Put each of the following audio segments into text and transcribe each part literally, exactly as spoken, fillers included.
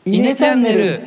イネチャンネル。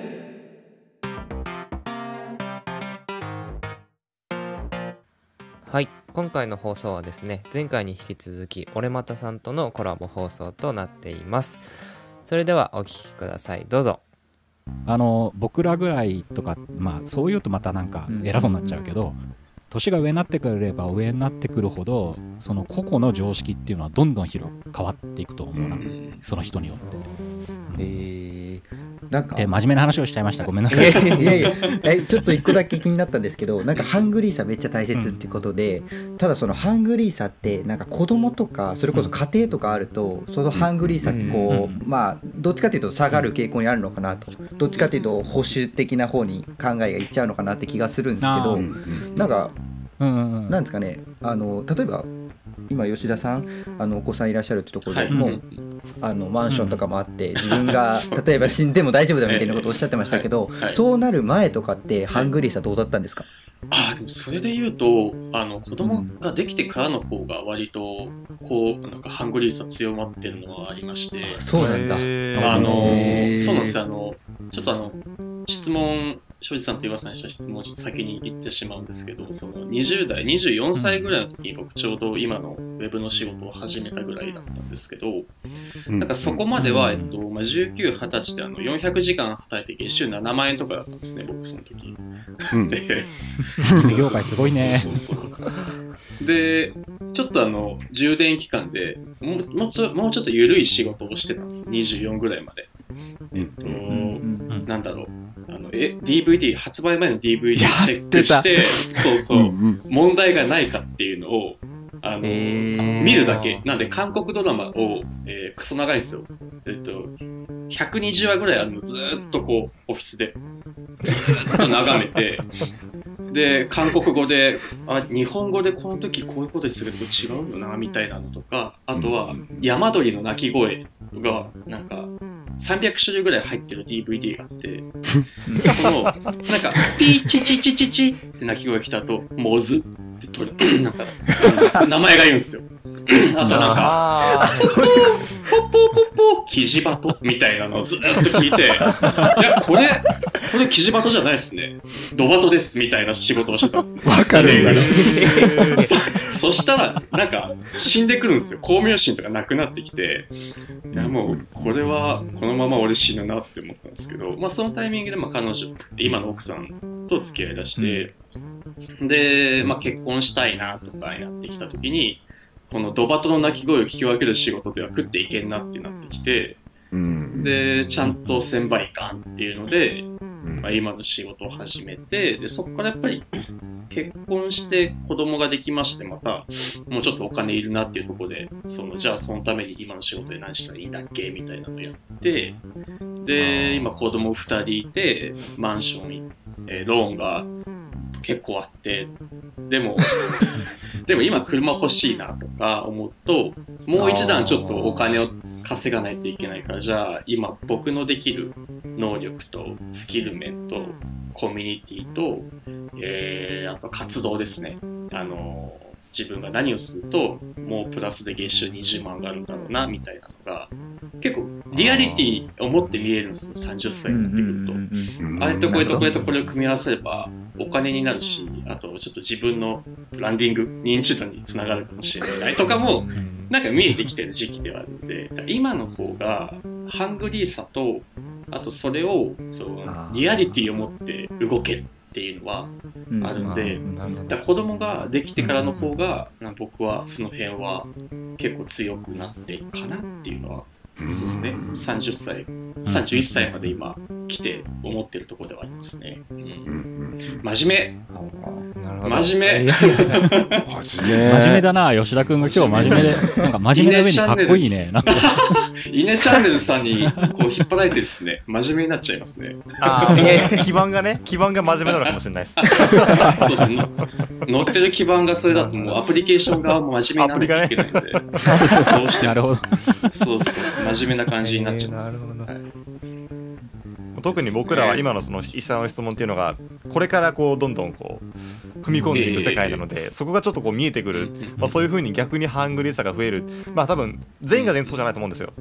はい、今回の放送はですね、前回に引き続き俺またさんとのコラボ放送となっています。それではお聞きください、どうぞ。 あの僕らぐらいとか、まあそう言うとまたなんか偉そうになっちゃうけど、年が上になってくれば上になってくるほど、その個々の常識っていうのはどんどん広く変わっていくと思うな、うん、その人によって。 えー、なんかで真面目な話をしちゃいました、ごめんなさい。 いやいやいやえちょっと一個だけ気になったんですけど、なんかハングリーさめっちゃ大切ってことで、うん、ただそのハングリーさってなんか子供とかそれこそ家庭とかあると、そのハングリーさってこう、うん、まあどっちかっていうと下がる傾向にあるのかなと、どっちかっていうと保守的な方に考えがいっちゃうのかなって気がするんですけど、なんかうんうんうん、なんですかね、あの例えば今吉田さんあのお子さんいらっしゃるってところで、はい、もうあのマンションとかもあって、うん、自分が例えば死んでも大丈夫だみたいなことをおっしゃってましたけど、はいはい、そうなる前とかってハングリーさどうだったんですか？ ああ、でもそれで言うと、あの子供ができてからの方が割とこうなんかハングリーさ強まってるのはありまして。 そうなんだ。 あのそうなんですよ。あのちょっとあの質問庄司さんと岩さんにした質問をちょっと先に言ってしまうんですけど、そのにじゅう代にじゅうよんさいぐらいの時に僕ちょうど今のウェブの仕事を始めたぐらいだったんですけど、なんかそこまでは、えっとまあ、じゅうきゅう、はたちであのよんひゃくじかん働いて月収ななまんえんとかだったんですね、僕その時。うん、で業界すごいね。 そうそうそうでちょっとあの充電期間でもう、もっともうちょっと緩い仕事をしてたんです、にじゅうよんぐらいまで。えっと、うん、なんだろうあのえ ディーブイディー 発売前の ディーブイディー チェックしてそうそう、うんうん、問題がないかっていうのをあの、えー、見るだけなんで、韓国ドラマを、えー、クソ長いんですよ。えっとひゃくにじゅうわぐらいあるのずーっとこうオフィスでずーっと眺めてで韓国語であ日本語でこの時こういうことすると違うよなみたいなのとか、あとは山鳥の鳴き声がなんかさんびゃくしゅるいぐらい入ってる ディーブイディー があって、そのなんかピーチチチチチって鳴き声が来た後モズって取るなんか名前が言うんですよ。あとなんかポッポーポッポーキジバトみたいなのをずっと聞いて、いやこれこれキジバトじゃないですね、ドバトですみたいな仕事をしてたんですね。 わかるんだね。 そ, そしたらなんか死んでくるんですよ。光明心とかなくなってきて、いやもうこれはこのまま俺死ぬなって思ってたんですけど、まあそのタイミングでまあ彼女今の奥さんと付き合いだして、うん、でまあ結婚したいなとかになってきた時に、このドバトの鳴き声を聞き分ける仕事では食っていけんなってなってきて、うん、でちゃんとせんばいかんっていうので、まあ、今の仕事を始めて、でそこからやっぱり結婚して子供ができまして、またもうちょっとお金いるなっていうところで、そのじゃあそのために今の仕事で何したらいいんだっけみたいなのをやって、で今子供ふたりいてマンション、えー、ローンが結構あって、でもでも今車欲しいなとか思うと、もう一段ちょっとお金を稼がないといけないから、じゃあ今僕のできる能力とスキル面とコミュニティと、えー、やっぱ活動ですね。あの自分が何をするともうプラスで月収にじゅうまんがあるんだろうなみたいなのが結構リアリティを持って見えるんですよ。さんじゅっさいになってくると、あれとこれとこれとこれを組み合わせればお金になるし、あとちょっと自分のブランディング認知度につながるかもしれないとかもなんか見えてきてる時期ではあるので、今の方がハングリーさと、あとそれをそうリアリティを持って動けるっていうのはあるので、だ子供ができてからの方が僕はその辺は結構強くなっていくかなっていうのは、そうですね、さんじゅっさいさんじゅういっさいまで今来て思ってるところではありますね。うん、真面目真面目真面目だな。吉田くんが今日真面目で、なんか真面目な上にかっこいいね。なんかイネチャンネルさんにこう引っ張られてですね、真面目になっちゃいますね。 あ基盤がね、基盤が真面目なのかもしれないです。 そうですね。乗ってる基盤がそれだともうアプリケーション側も真面目にならなきゃいけないので、ね、どうしてもなるほど。 そうそう真面目な感じになっちゃいます。えー、なるほど、はい。 特に僕らは今のその医者の質問っていうのがこれからこうどんどんこう踏み込んでいく世界なので、そこがちょっとこう見えてくる、まあ、そういう風に逆にハングリーさが増える、まあ多分全員が全員そうじゃないと思うんですよ。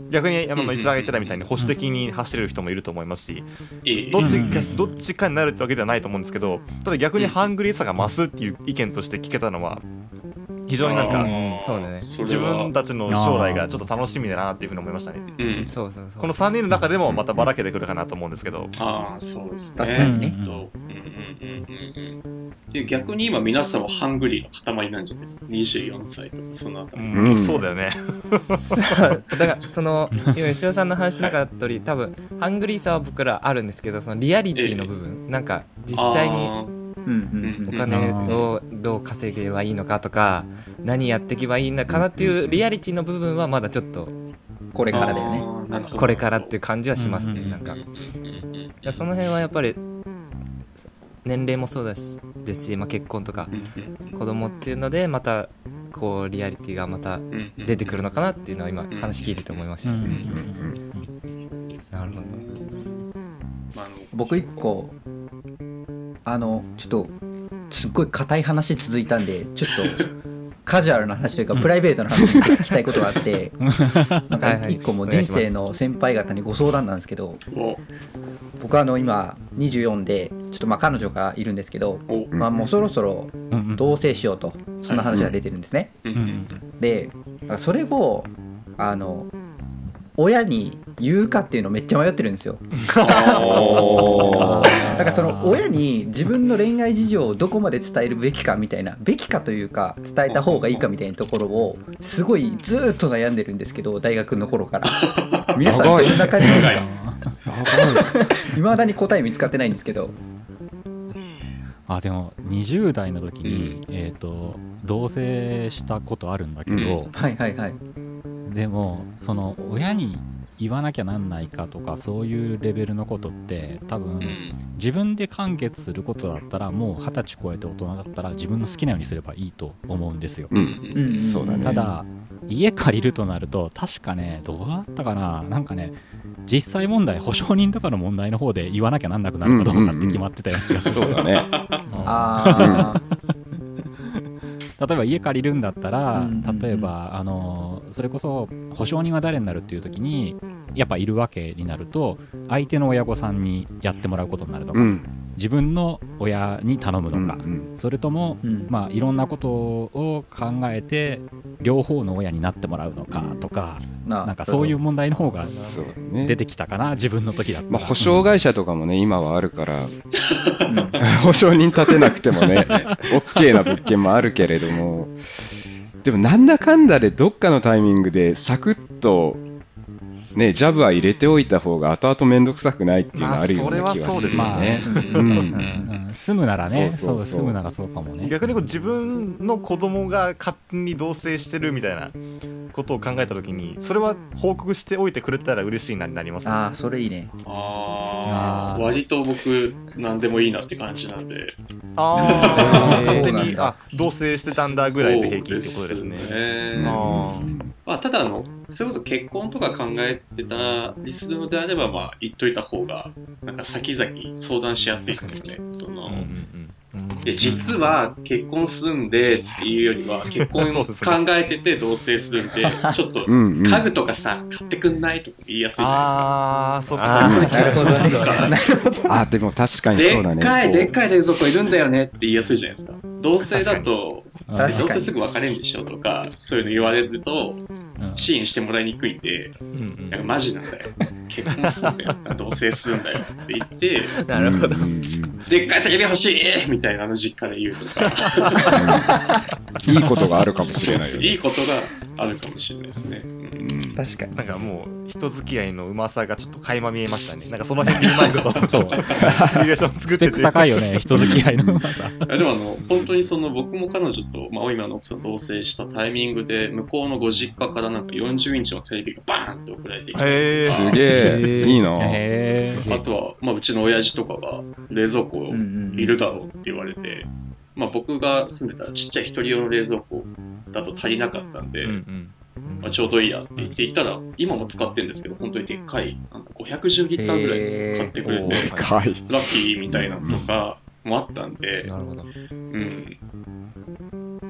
逆にあの石田が言ってたみたいに保守的に走れる人もいると思いますし、 ええどっちかどっちかになるってわけではないと思うんですけど、ただ逆にハングリーさが増すっていう意見として聞けたのは非常になんかあーそうだねそれは自分たちの将来がちょっと楽しみだなっていうふうに思いましたね。 うんそうそうそうこのさんにんの中でもまたばらけてくるかなと思うんですけど、 ああそうですね。 確かにねとうんうんうんうんうんで逆に今皆さんはハングリーの塊なんじゃないですか。にじゅうよんさいとかそのあたり。 うんそうだよね。 だからその今吉尾さんの話の中の通り多分ハングリーさは僕らあるんですけど、そのリアリティの部分、なんか実際にあーうんうんうんお金をどう稼げばいいのかとか何やっていけばいいのかなっていうリアリティの部分はまだちょっとこれからだよね。 あーなるほどこれからっていう感じはしますね。 うんなんかいうんうんうんやその辺はやっぱり年齢もそうだしですし、まあ、結婚とかうんうん子供っていうのでまたこうリアリティがまたうんうん出てくるのかなっていうのは今話聞いてて思いました、 うんねうんなるほど。 まああの僕一個あのちょっとすっごい硬い話続いたんでちょっとカジュアルな話というかプライベートな話を聞きたいことがあってなんかはいはい一個もう人生の先輩方にご相談なんですけど、 お僕はあの今にじゅうよんでちょっとまあ彼女がいるんですけど、 おまあもうそろそろうんうん同棲しようとそんな話が出てるんですね。 うんうんうんでそれをあの親に言うかっていうのをめっちゃ迷ってるんですよ。 あだからその親に自分の恋愛事情をどこまで伝えるべきかみたいなべきかというか伝えた方がいいかみたいなところをすごいずーっと悩んでるんですけど、大学の頃から皆さんどんな感じですか？いまだに答え見つかってないんですけど。 あでもにじゅう代の時に、えー、と同棲したことあるんだけど、 はいはいはい。 でもその親に言わなきゃなんないかとかそういうレベルのことって多分、 ーうん自分で完結することだったらもう二十歳超えて大人だったら自分の好きなようにすればいいと思うんですよ。 ううんんそうだねただ家借りるとなると確かねどうだったかな、なんかね実際問題保証人とかの問題の方で言わなきゃなんなくなるかどうかって決まってたような気がする。 そうだねああ。 例えば家借りるんだったら、 うんうんうん例えばあのそれこそ保証人は誰になるっていう時にやっぱいるわけになると相手の親御さんにやってもらうことになるのか、 うん自分の親に頼むのか、 うんそれとも、 うんまあいろんなことを考えて両方の親になってもらうのかとか、なんかそういう問題の方がそうだね出てきたかな自分の時だったら。 まあ保証会社とかもね今はあるからうん保証人立てなくてもね OK な物件もあるけれども、でもなんだかんだでどっかのタイミングでサクッとねジャブは入れておいた方が後々面倒くさくないっていうのはあるような気がするよまあね。 それはそうですよねうんうん住むならねそうそうそうそう住むならそうかもね。 逆にこう自分の子供が勝手に同棲してるみたいなことを考えた時にそれは報告しておいてくれたら嬉しいなになりますね。 ああそれいいね。 あーあー割と僕何でもいいなって感じなんでああ、 へー勝手にそうなんだあ同棲してたんだぐらいで平均ってことですね。 そうですねあまあ、ただあのそれこそ結婚とか考えてたりするのであればまあ言っといた方がなんか先々相談しやすいですよね。そのーうんうんうんで実は結婚するんでっていうよりは結婚考そうですねえてて同棲するんでちょっとうんうん家具とかさ買ってくんないとか言いやすいじゃああ、そうあーか。 なるほどね。なるほど。 あでも確かにないですか。 そうだね。 でっかいでっこかい冷蔵庫いるんだよねって言いやすいじゃないですか。同棲だとうんどう確かにせすぐ別れるんでしょとかそういうの言われるとうん支援してもらいにくいんでうんうんいやマジなんだよ結婚するんだよ同棲するんだよって言ってうなるほど。 うんうんうんでっかいテレビ欲しいみたいなの実家で言うとかいいことがあるかもしれないよね。 いいことがあるかもしれないですね。うんうん確かに。 なんかもう人付き合いのうまさがちょっと垣間見えましたね。なんかその辺にうまいことそうコミュニケーション作っててスペック高いよね人付き合いのうまさ。 いやでもあの本当にその僕も彼女と、まあ、今の奥さんと同棲したタイミングで向こうのご実家からなんかよんじゅうインチのテレビがバーンって送られてきて、 へーすげえいいな。 へーあとは、まあ、うちの親父とかが冷蔵庫いるだろうって言われて、まあ、僕が住んでたちっちゃい一人用の冷蔵庫だと足りなかったんで、 うんうんまあ、ちょうどいいやって言っていたら今も使ってるんですけど本当にでっかいなんかごひゃくじゅうリッターぐらい買ってくれて、 へーでかい。 ラッキーみたいなのとかもあったんで、 なるほど。 うん、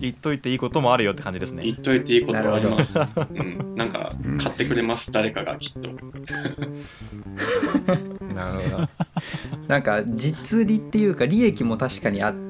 言っといていいこともあるよって感じですね。 言っといていいことはあります。うん、なんか買ってくれます、誰かがきっと。 なるほど。 なんか実利っていうか利益も確かにあって、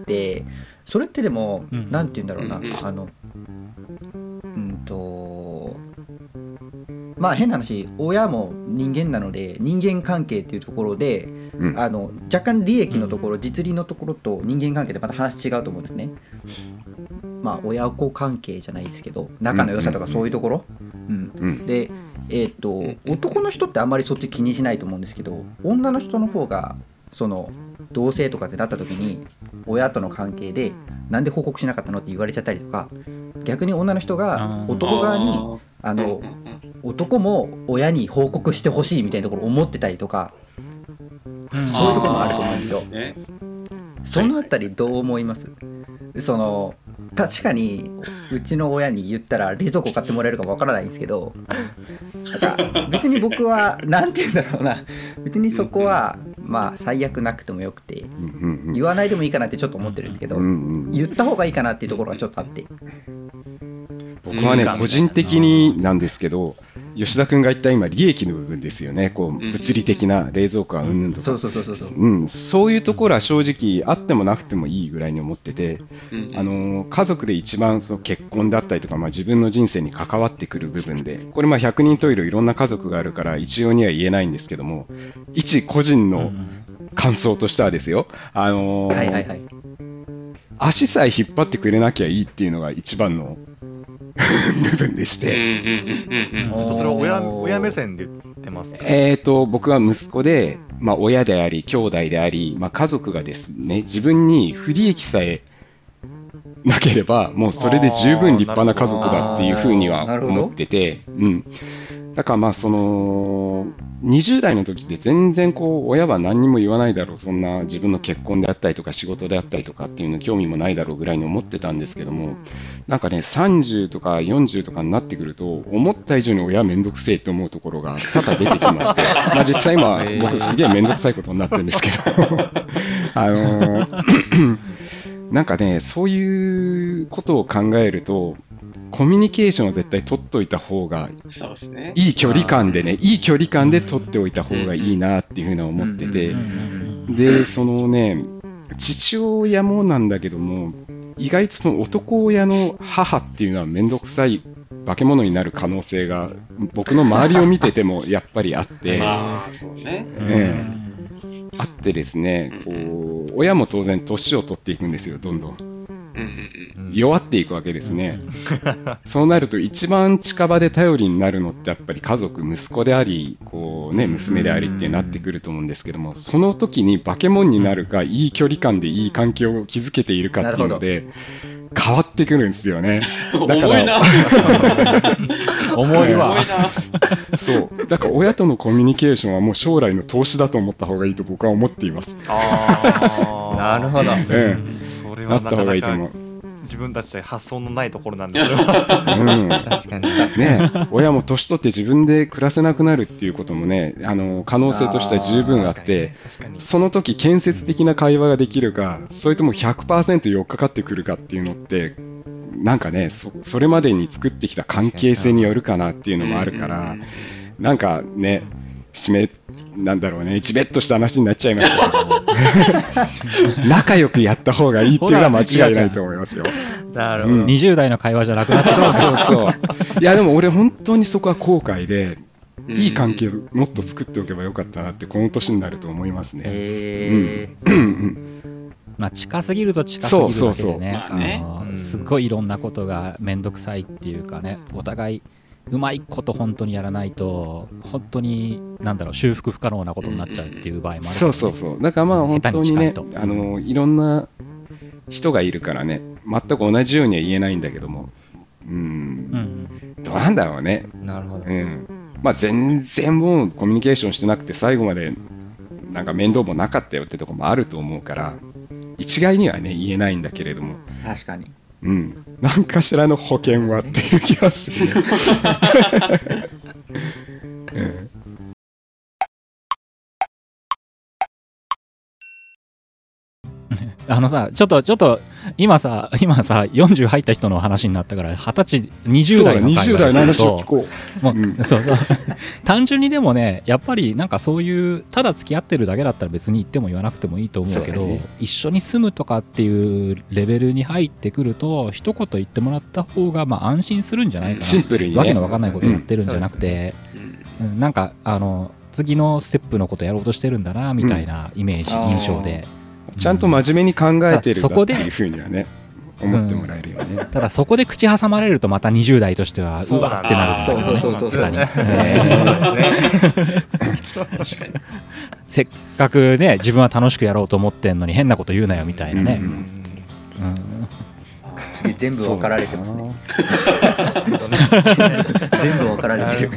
それってでも、 うんなんて言うんだろうな、 うんうんあのうんとまあ変な話、親も人間なので人間関係っていうところで、 うんあの若干利益のところ、実利のところと人間関係でまた話違うと思うんですね。まあ親子関係じゃないですけど、仲の良さとかそういうところ、うんうんでえー、と男の人ってあんまりそっち気にしないと思うんですけど、女の人の方がその同棲とかってなった時に親との関係でなんで報告しなかったのって言われちゃったりとか、逆に女の人が男側にあのうんうんうん男も親に報告してほしいみたいなところを思ってたりとか、 うんそういうところもあると思うんですよ。 あーねそのあたりどう思います？その確かにうちの親に言ったら冷蔵庫買ってもらえるかもわからないんですけど、なんか別に僕はなんて言うんだろうな、別にそこはまあ最悪なくてもよくて、 うんうん言わないでもいいかなってちょっと思ってるんですけど、 うんうん言った方がいいかなっていうところがちょっとあって、 僕はね、個人的になんですけど、吉田君が言った今、利益の部分ですよね、こう物理的な冷蔵庫はうんぬんとか、 そうそうそうそうそう、 うん、そういうところは正直、あってもなくてもいいぐらいに思ってて、 うんあの家族で一番その結婚だったりとか、まあ、自分の人生に関わってくる部分で、これ、まあひゃくにんトイレいろんな家族があるから、一様には言えないんですけども、一個人の感想としてはですよ、あのーはいはいはい、 足さえ引っ張ってくれなきゃいいっていうのが一番の部分でしうんうて、 んうんうんうんあとそれは親親目線で言ってますか？ えーと、僕は息子で、まあ、親であり、兄弟であり、まあ、家族がですね、自分に不利益さえなければ、もうそれで十分立派な家族だっていうふうにはなるほど思ってて、うん。だからまあそのにじゅう代の時って全然こう親は何にも言わないだろう、そんな自分の結婚であったりとか仕事であったりとかっていうの興味もないだろうぐらいに思ってたんですけども、なんかねさんじゅうとかよんじゅうとかになってくると思った以上に親めんどくせえって思うところが多々出てきましてまあ実際今僕すげえめんどくさいことになってるんですけどあのーなんかねそういうことを考えるとコミュニケーションを絶対取っといた方がそうですね。 いい距離感でね、いい距離感で取っておいた方がいいなっていうふうに思ってて、 うんうんで、そのね、父親もなんだけども、意外とその男親の母っていうのはめんどくさい化け物になる可能性が僕の周りを見ててもやっぱりあって、 まあそうね。 ええあってですね、こう親も当然年を取っていくんですよ、どんどん。 うんうん弱っていくわけですね。そうなると一番近場で頼りになるのってやっぱり家族、息子であり、こうね、娘でありってなってくると思うんですけども、その時に化け物になるか、いい距離感でいい関係を築けているかっていうので、変わってくるんですよね。 うん。 だから重いな。 重いわ重いな。 そう。だから親とのコミュニケーションはもう将来の投資だと思った方がいいと僕は思っています。 あーなるほど。 えそれえ。あったはなかな方がいいと思う。 か自分たちで発想のないところなんですよ。 うん。 確かに。 ね、親も年取って自分で暮らせなくなるっていうこともね、あの可能性としては十分あって、 確かに。 その時建設的な会話ができるか、それとも ひゃくパーセント 寄っかかってくるかっていうのって、なんかね、そそれまでに作ってきた関係性によるかなっていうのもあるから、なんかね、締め、なんだろうね、一ベッとした話になっちゃいましたけど、仲良くやった方がいいっていうのは間違いないと思いますよ。 なるほど。 うんにじゅう代の会話じゃなくなった。 そうそうそう。いやでも俺本当にそこは後悔で、いい関係をもっと作っておけばよかったなってこの年になると思いますね。 えうんうんまあ近すぎると近すぎるだけそうそうそうでね、 まあねあのうんすっごいいろんなことがめんどくさいっていうかね、お互いうまいこと本当にやらないと本当になんだろう修復不可能なことになっちゃうっていう場合もあるからね。 そうそうそう。だからまあ本当にね下手に近い、とあのいろんな人がいるからね、全く同じようには言えないんだけども、うん、 うんどうなんだろうね。 なるほど。 うん。まあ全然もうコミュニケーションしてなくて最後までなんか面倒もなかったよってとこもあると思うから、一概にはね言えないんだけれども、 ー、確かに。 うん、何かしらの保険はっていう気がする。うんあのさ、ちょっとちょっと今さ今さよんじゅう入った人の話になったからはたちにじゅう代のにじゅう代の話を聞こもう、 うん、 そうそう単純にでもねやっぱりなんかそういうただ付き合ってるだけだったら別に言っても言わなくてもいいと思うけど、ね、一緒に住むとかっていうレベルに入ってくると一言言ってもらった方がまあ安心するんじゃないかな。 シンプルにね、 わけのわかんないこと言ってるんじゃなくて、 うんうん、なんかあの次のステップのことやろうとしてるんだなみたいなイメージ、うん、印象でちゃんと真面目に考えてるんだっていうふうにはね思ってもらえるよね、 うん、ただそこで口挟まれるとまたにじゅう代としてはうわってなるんですよね。 そうそうそうそうせっかくね自分は楽しくやろうと思ってんのに変なこと言うなよみたいなね、うんうんうん、全部分かられてますね全部分かられてる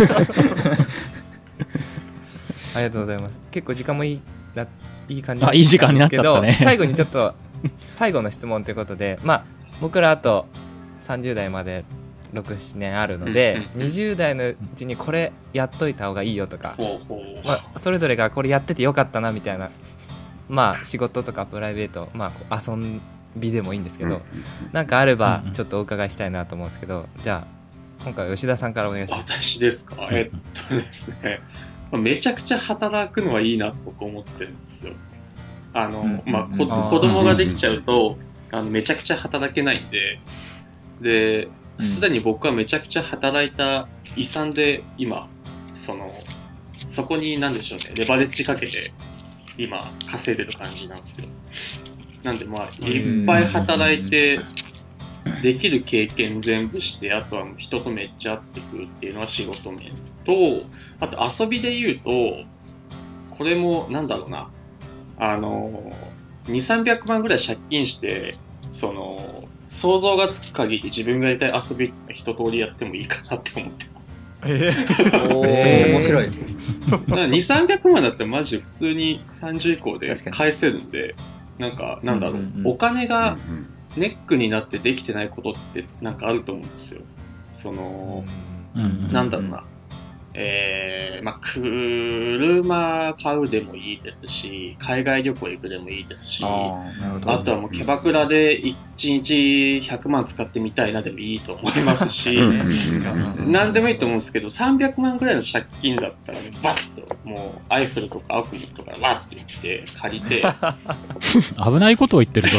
ありがとうございます。結構時間もいいいい感じなんですけど、 あいい時間になっちゃったね。 最後にちょっと最後の質問ということで、まあ僕らあとさんじゅう代までろく、ななねんあるので、うんうん、にじゅう代のうちにこれやっといた方がいいよとか、まあ、それぞれがこれやっててよかったなみたいな、まあ仕事とかプライベート、まあ遊びでもいいんですけど、なんかあればちょっとお伺いしたいなと思うんですけど、じゃあ今回は吉田さんからお願いします。 私ですか。えっとですね、めちゃくちゃ働くのはいいなと僕思ってるんですよ。あの、うんまあ、こ子供ができちゃうと、うん、あのめちゃくちゃ働けないんで、ですでに僕はめちゃくちゃ働いた遺産で今そのそこに何でしょうね、レバレッジかけて今稼いでる感じなんですよ。なんでまあいっぱい働いてできる経験全部して、あとは人とめっちゃ会ってくるっていうのは仕事面と、あと遊びで言うとこれもなんだろうな、あのにせんさんびゃくまんぐらい借金してその想像がつく限り自分がやりたい遊びって一通りやってもいいかなって思ってます。 えー、おー面白い。 だからにせんさんびゃくまんだったらマジ普通にさんじゅう以降で返せるんで、なんかなんだろう、うんうんうん、お金がネックになってできてないことってなんかあると思うんですよ。その、うんうんうん、なんだろうな、えーまあ、車買うでもいいですし、海外旅行行くでもいいですし、 あ, あとはもうキャバクラでいちにちひゃくまん使ってみたいなでもいいと思いますし何でもいいと思うんですけど、さんびゃくまんぐらいの借金だったら、ね、バッともうアイフルとかアクムとかバッと行って借りて危ないことを言ってるぞ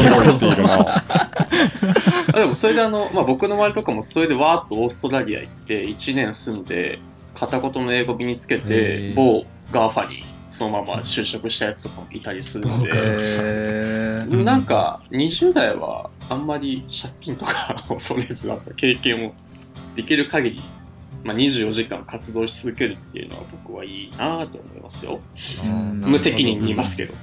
でもそれであの、まあ、僕の周りとかもそれでわーっとオーストラリア行っていちねん住んで片言の英語身につけて某ガーファにそのまま就職したやつとかもいたりするんで、なんかにじゅう代はあんまり借金とか恐れずあった経験をできる限り、まあ、にじゅうよじかん活動し続けるっていうのは僕はいいなと思いますよ。無責任に言いますけど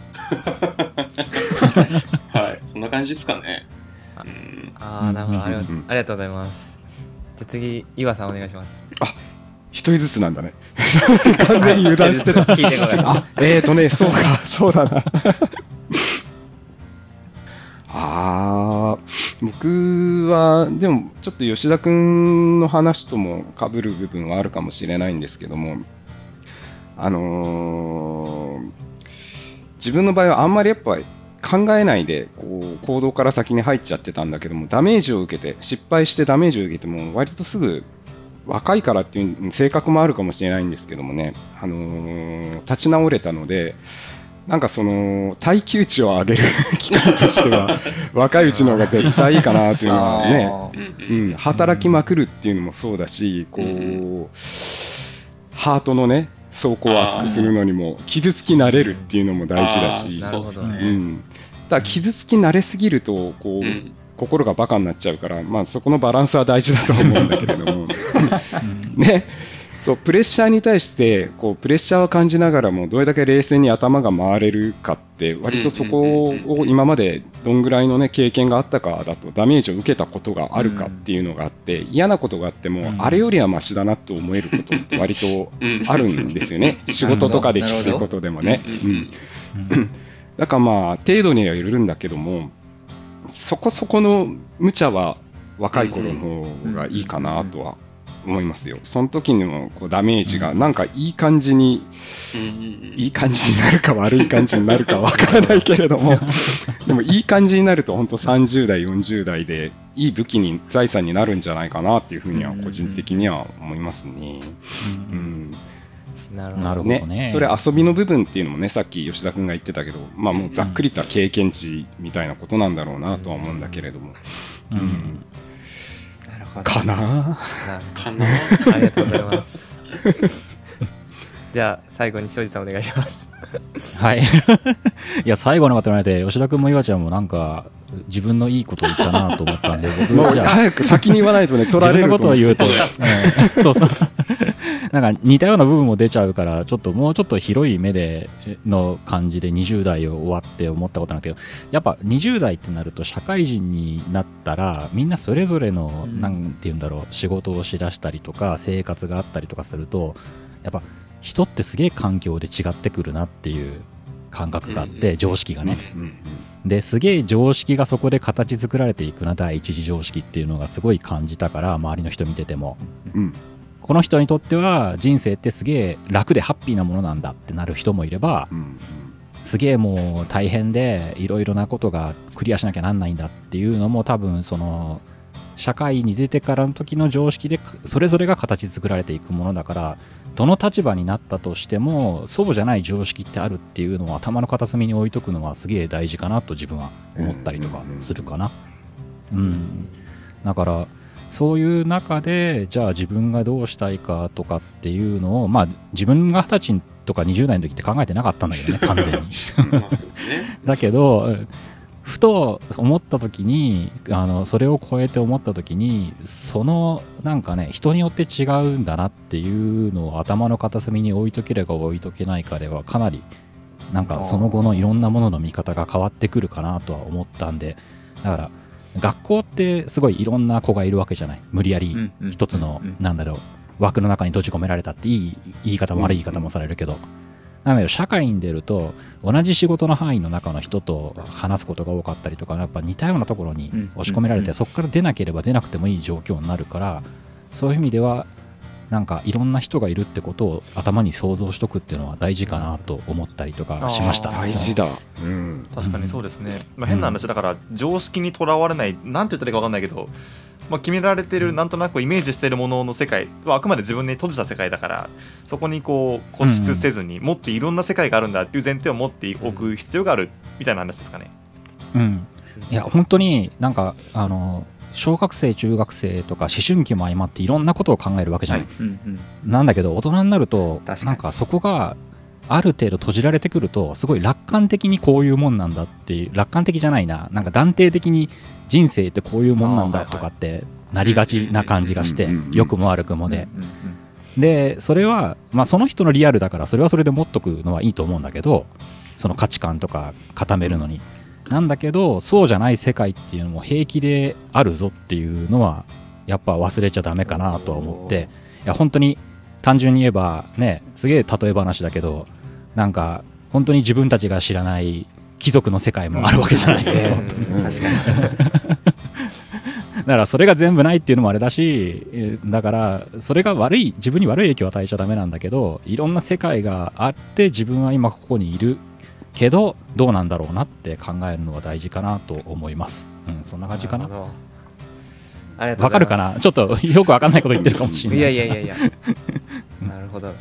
はい、そんな感じですかね。 あ、うん、あなるほど、ありがとう、ありがとうございます。じゃあ次岩さんお願いします。 あ、一人ずつなんだね完全に油断してたあ、えーとね、そうか、そうだなあー、僕はでもちょっと吉田くんの話とも被る部分はあるかもしれないんですけども、あのー、自分の場合はあんまりやっぱり考えないでこう行動から先に入っちゃってたんだけども、ダメージを受けて失敗してダメージを受けても割とすぐ若いからっていう性格もあるかもしれないんですけどもね、あのー、立ち直れたので、なんかその耐久値を上げる機会としては若いうちの方が絶対いいかなっていうのはね、うん、働きまくるっていうのもそうだし、こうハートのね走行を厚くするのにも傷つき慣れるっていうのも大事だし、 なるほどね、 うん、だから傷つき慣れすぎるとこう、うん心がバカになっちゃうから、まあ、そこのバランスは大事だと思うんだけれどもね、そうプレッシャーに対してこうプレッシャーを感じながらもどれだけ冷静に頭が回れるかって割とそこを今までどんぐらいの、ね、経験があったかだとダメージを受けたことがあるかっていうのがあって、嫌なことがあってもあれよりはマシだなと思えることって割とあるんですよね仕事とかできついことでもね、うん、だからまあ程度にはよるんだけども、そこそこの無茶は若い頃の方がいいかなとは思いますよ。その時のこうダメージがなんかいい感じに、いい感じになるか悪い感じになるかわからないけれどもでもいい感じになると本当さんじゅう代よんじゅう代でいい武器に財産になるんじゃないかなっていうふうには個人的には思いますね。うん、 なるほどなるほどね。 ね、それ遊びの部分っていうのもね、さっき吉田君が言ってたけど、まあもうざっくりと経験値みたいなことなんだろうなとは思うんだけれども、 うんうん、 なるほどかなかなありがとうございますじゃあ最後に庄司さんお願いしますはいいや最後の方言われて吉田君も岩ちゃんもなんか自分のいいこと言ったなと思ったんで僕もうじゃあ早く先に言わないとね、取られる自分のことを言うと、 思うん、そうそうなんか似たような部分も出ちゃうからちょっともうちょっと広い目での感じでにじゅう代を終わって思ったことなんだけど、やっぱにじゅう代ってなると社会人になったらみんなそれぞれの、うん、なんて言うんだろう仕事をしだしたりとか生活があったりとかするとやっぱ人ってすげえ環境で違ってくるなっていう感覚があって、うん、常識がね、うんうん、ですげえ常識がそこで形作られていくな、第一次常識っていうのがすごい感じたから、周りの人見てても、うん、この人にとっては人生ってすげえ楽でハッピーなものなんだってなる人もいれば、うん、すげえもう大変でいろいろなことがクリアしなきゃなんないんだっていうのも多分その社会に出てからの時の常識でそれぞれが形作られていくものだから、どの立場になったとしてもそうじゃない常識ってあるっていうのを頭の片隅に置いとくのはすげえ大事かなと自分は思ったりとかするかな。うん、だからそういう中でじゃあ自分がどうしたいかとかっていうのを、まあ自分が二十歳とかにじゅう代の時って考えてなかったんだけどね、完全にだけどふと思った時にあのそれを超えて思った時にそのなんかね人によって違うんだなっていうのを頭の片隅に置いとければ置いとけないかではかなりなんかその後のいろんなものの見方が変わってくるかなとは思ったんで、だから学校ってすごいいろんな子がいるわけじゃない。無理やり一つのなんだろう枠の中に閉じ込められたっていい言い方も悪い言い方もされるけど、なので社会に出ると同じ仕事の範囲の中の人と話すことが多かったりとか、やっぱ似たようなところに押し込められて、そこから出なければ出なくてもいい状況になるから、そういう意味ではなんかいろんな人がいるってことを頭に想像しとくっていうのは大事かなと思ったりとかしました。 大事だ、 うん、確かにそうですね、まあ、変な話だから常識にとらわれない、なんて言ったらいいか分かんないけど、まあ、決められてるなんとなくイメージしているものの世界はあくまで自分に閉じた世界だから、そこにこう固執せずにもっといろんな世界があるんだっていう前提を持っておく必要があるみたいな話ですかね。 うん、いや本当になんかあの小学生中学生とか思春期も相まっていろんなことを考えるわけじゃない、はいうんうん、なんだけど大人になるとなんかそこがある程度閉じられてくるとすごい楽観的にこういうもんなんだっていう、楽観的じゃないな、なんか断定的に人生ってこういうもんなんだとかってなりがちな感じがして、良くも悪くもで、でそれはまあその人のリアルだからそれはそれで持っとくのはいいと思うんだけど、その価値観とか固めるのになんだけど、そうじゃない世界っていうのも平気であるぞっていうのはやっぱ忘れちゃダメかなとは思って、いや本当に単純に言えばね、すげえ例え話だけど、なんか本当に自分たちが知らない貴族の世界もあるわけじゃないけど、うん、確かにだからそれが全部ないっていうのもあれだし、だからそれが悪い、自分に悪い影響を与えちゃダメなんだけど、いろんな世界があって自分は今ここにいるけどどうなんだろうなって考えるのは大事かなと思います。うん、そんな感じかな。わかるかな。ちょっとよくわかんないこと言ってるかもしれない。 いやいやいやいやなるほど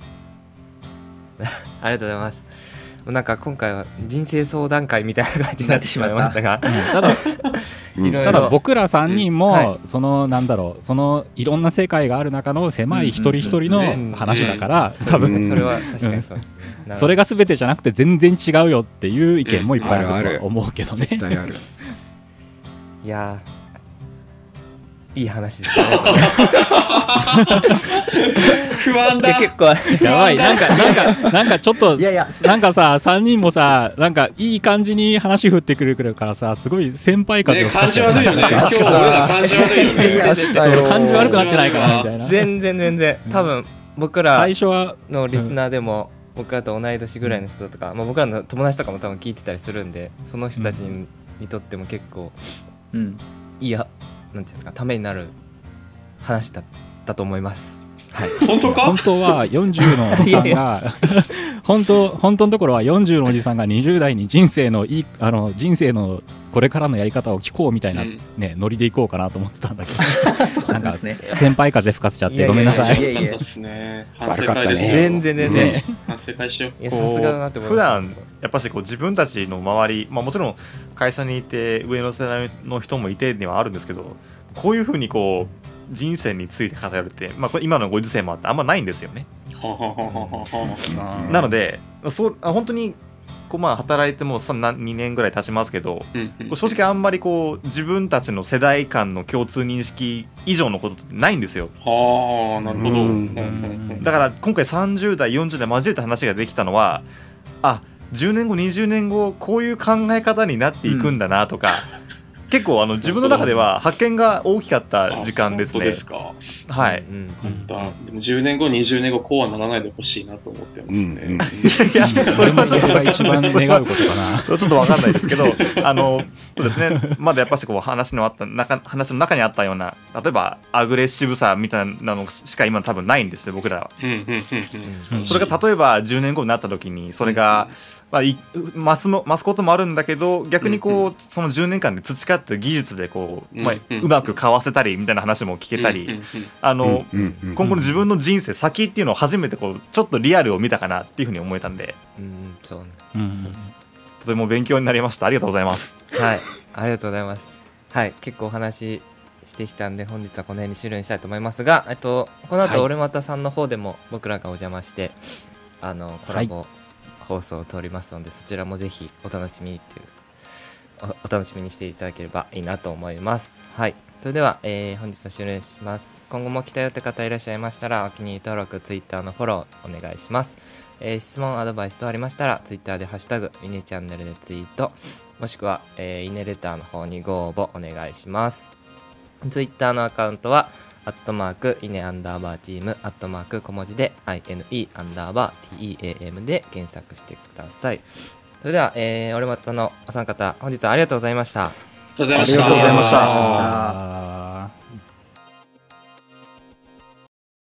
ありがとうございます。なんか今回は人生相談会みたいな感じになってしまいましたが、 ただただ僕らさんにんも、はい、そのなんだろう、そのいろんな世界がある中の狭い一人一人の話だから、多分それは確かにそうですね、 うん、それが全てじゃなくて全然違うよっていう意見もいっぱいあるとは思うけどね、 絶対あるいやいい話ですね不安だ。 結構やばい、なんかなんかなんかちょっといやいやなんかささんにんもさなんかいい感じに話振ってくるからさ、すごい先輩風を吹かしてる、ね、感じ悪いよね。今日俺ら感じ悪いよね。 感じ悪くなってないかなみたいな。 全然全然多分僕らのリスナーでも僕らと同い年ぐらいの人とか、うんまあ、僕らの友達とかも多分聞いてたりするんで、その人たち に,、うん、にとっても結構、うん、いいやなんていうんですか、ためになる話だだと思います。はい、 本当か？ 本当はよんじゅうのおじさんが本当本当のところはよんじゅうのおじさんがにじゅう代に人生のいいあの人生のこれからのやり方を聞こうみたいな、ね、うん、ノリでいこうかなと思ってたんだけどなんか先輩風吹かせちゃってごめんなさい。 いやいやいや、ですね、反省会ですよ。 全然全然、ね、 反省会しよう。 いや、さすがだなって思いました。 普段やっぱしこう自分たちの周り、まあ、もちろん会社にいて上の世代の人もいてにはあるんですけど、こういうふうにこう人生について語るって、まあ、これ今のご時世もあってあんまないんですよね。なのでそう本当にこうまあ働いてもにねんぐらい経ちますけど、うんうん、正直あんまりこう自分たちの世代間の共通認識以上のことってないんですよ。 はあ、なるほど。 だから今回さんじゅう代よんじゅう代交えた話ができたのは、あ、じゅうねんごにじゅうねんごこういう考え方になっていくんだなとか、うん、結構あの自分の中では発見が大きかった時間ですね。 本当ですか。 はい、 うんうん、でもじゅうねんごにじゅうねんごこうはならないでほしいなと思ってますね、うんうん、いやそれもそれが一番願うことかな。 それはちょっと分かんないですけどあのそうですね、まだやっぱしこう話のあった中話の中にあったような、例えばアグレッシブさみたいなのしか今多分ないんですよ僕らは、うんうんうんうん、それが例えばじゅうねんごになった時にそれが、まあ、い増すも増すこともあるんだけど、逆にこう、うんうん、そのじゅうねんかんで培った技術でこう、まあ、うんうん、うまくかわせたりみたいな話も聞けたり、うんうんうん、あの、うんうんうん、今後の自分の人生先っていうのを初めてこうちょっとリアルを見たかなっていうふうに思えたんで、 うん、そうね、 うん、そうです。とても勉強になりました。ありがとうございます。 はい、ありがとうございます。はい、結構お話してきたんで本日はこの辺に終了にしたいと思いますが、えっとこの後、はい、俺またさんの方でも僕らがお邪魔してあのコラボ、はい、放送を通りますので、そちらもぜひお楽しみにっていうお, お楽しみにしていただければいいなと思います。はい、それでは、えー、本日は終了します。今後も来たよって方いらっしゃいましたらお気に入り登録、Twitter のフォローお願いします。えー、質問アドバイス等ありましたら Twitter でハッシュタグイネチャンネルでツイート、もしくは、えー、イネレターの方にご応募お願いします。Twitter のアカウントはアットマークイネアンダーバーチームアットマーク小文字で アイエヌイー アンダーバー ティーイーエーエム で検索してください。それでは、えー、俺またのお三方本日はありがとうございました。 ありがとうございました。 ありがとうございました。